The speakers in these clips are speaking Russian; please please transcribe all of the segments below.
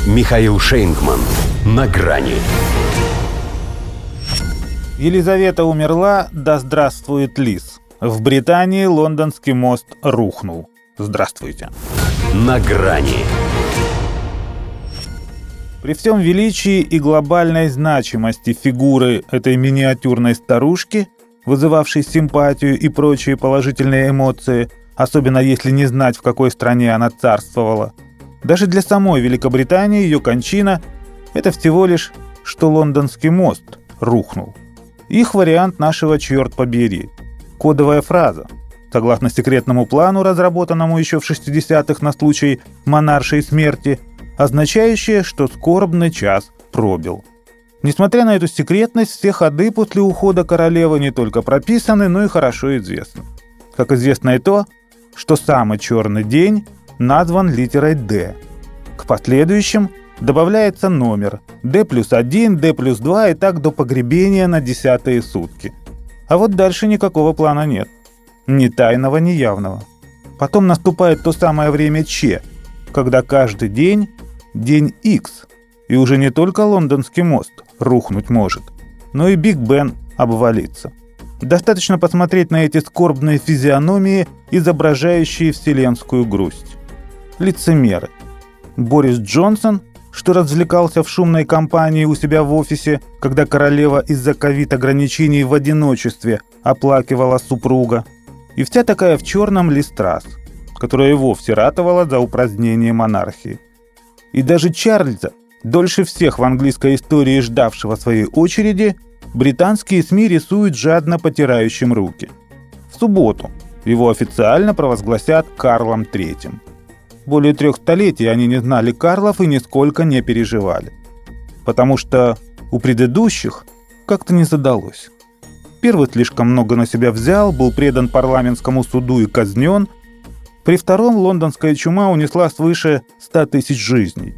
Михаил Шейнгман. На грани. Елизавета умерла, да здравствует Лиз. В Британии лондонский мост рухнул. Здравствуйте. На грани. При всем величии и глобальной значимости фигуры этой миниатюрной старушки, вызывавшей симпатию и прочие положительные эмоции, особенно если не знать, в какой стране она царствовала, даже для самой Великобритании ее кончина – это всего лишь, что лондонский мост рухнул. Их вариант нашего «черт побери». Кодовая фраза, согласно секретному плану, разработанному еще в 60-х на случай монаршей смерти, означающая, что скорбный час пробил. Несмотря на эту секретность, все ходы после ухода королевы не только прописаны, но и хорошо известны. Как известно и то, что самый черный день назван литерой «Д». К последующим добавляется номер D+1, D+2 и так до погребения на 10-е сутки. А вот дальше никакого плана нет. Ни тайного, ни явного. Потом наступает то самое время Ч, когда каждый день – день X. И уже не только лондонский мост рухнуть может, но и Биг Бен обвалится. Достаточно посмотреть на эти скорбные физиономии, изображающие вселенскую грусть. Лицемеры. Борис Джонсон, что развлекался в шумной компании у себя в офисе, когда королева из-за ковид-ограничений в одиночестве оплакивала супруга. И вся такая в черном Лиз Трасс, которая и вовсе ратовала за упразднение монархии. И даже Чарльза, дольше всех в английской истории ждавшего своей очереди, британские СМИ рисуют жадно потирающим руки. В субботу его официально провозгласят Карлом III. Более 3 столетий они не знали Карлов и нисколько не переживали. Потому что у предыдущих как-то не задалось. Первый слишком много на себя взял, был предан парламентскому суду и казнен. При втором лондонская чума унесла свыше 100 тысяч жизней.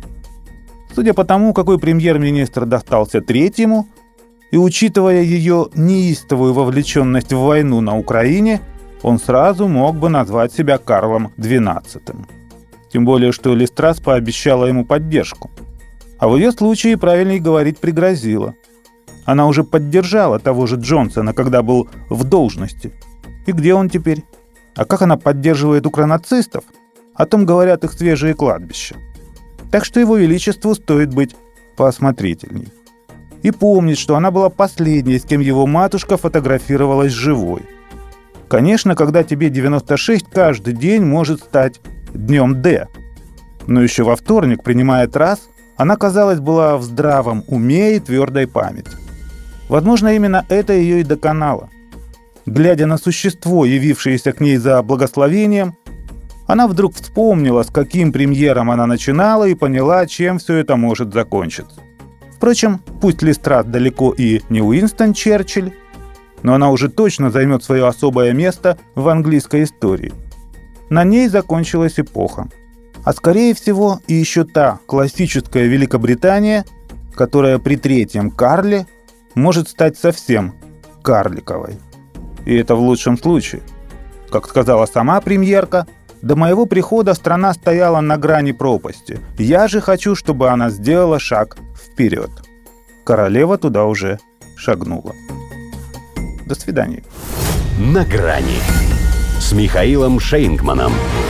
Судя по тому, какой премьер-министр достался третьему, и учитывая ее неистовую вовлеченность в войну на Украине, он сразу мог бы назвать себя Карлом XII. Тем более, что Лиз Трасс пообещала ему поддержку. А в ее случае, правильнее говорить, пригрозила. Она уже поддержала того же Джонсона, когда был в должности. И где он теперь? А как она поддерживает укронацистов? О том говорят их свежие кладбища. Так что его величеству стоит быть поосмотрительней. И помнить, что она была последней, с кем его матушка фотографировалась живой. Конечно, когда тебе 96, каждый день может стать днем Д. Но еще во вторник, принимая Трасс, она, казалось, была в здравом уме и твердой памяти. Возможно, именно это ее и доконало. Глядя на существо, явившееся к ней за благословением, она вдруг вспомнила, с каким премьером она начинала, и поняла, чем все это может закончиться. Впрочем, пусть Лиз Трасс далеко и не Уинстон Черчилль, но она уже точно займет свое особое место в английской истории. На ней закончилась эпоха. А скорее всего и еще та классическая Великобритания, которая при третьем Карле может стать совсем карликовой. И это в лучшем случае. Как сказала сама премьерка, до моего прихода страна стояла на грани пропасти. Я же хочу, чтобы она сделала шаг вперед. Королева туда уже шагнула. До свидания. На грани с Михаилом Шейнгманом.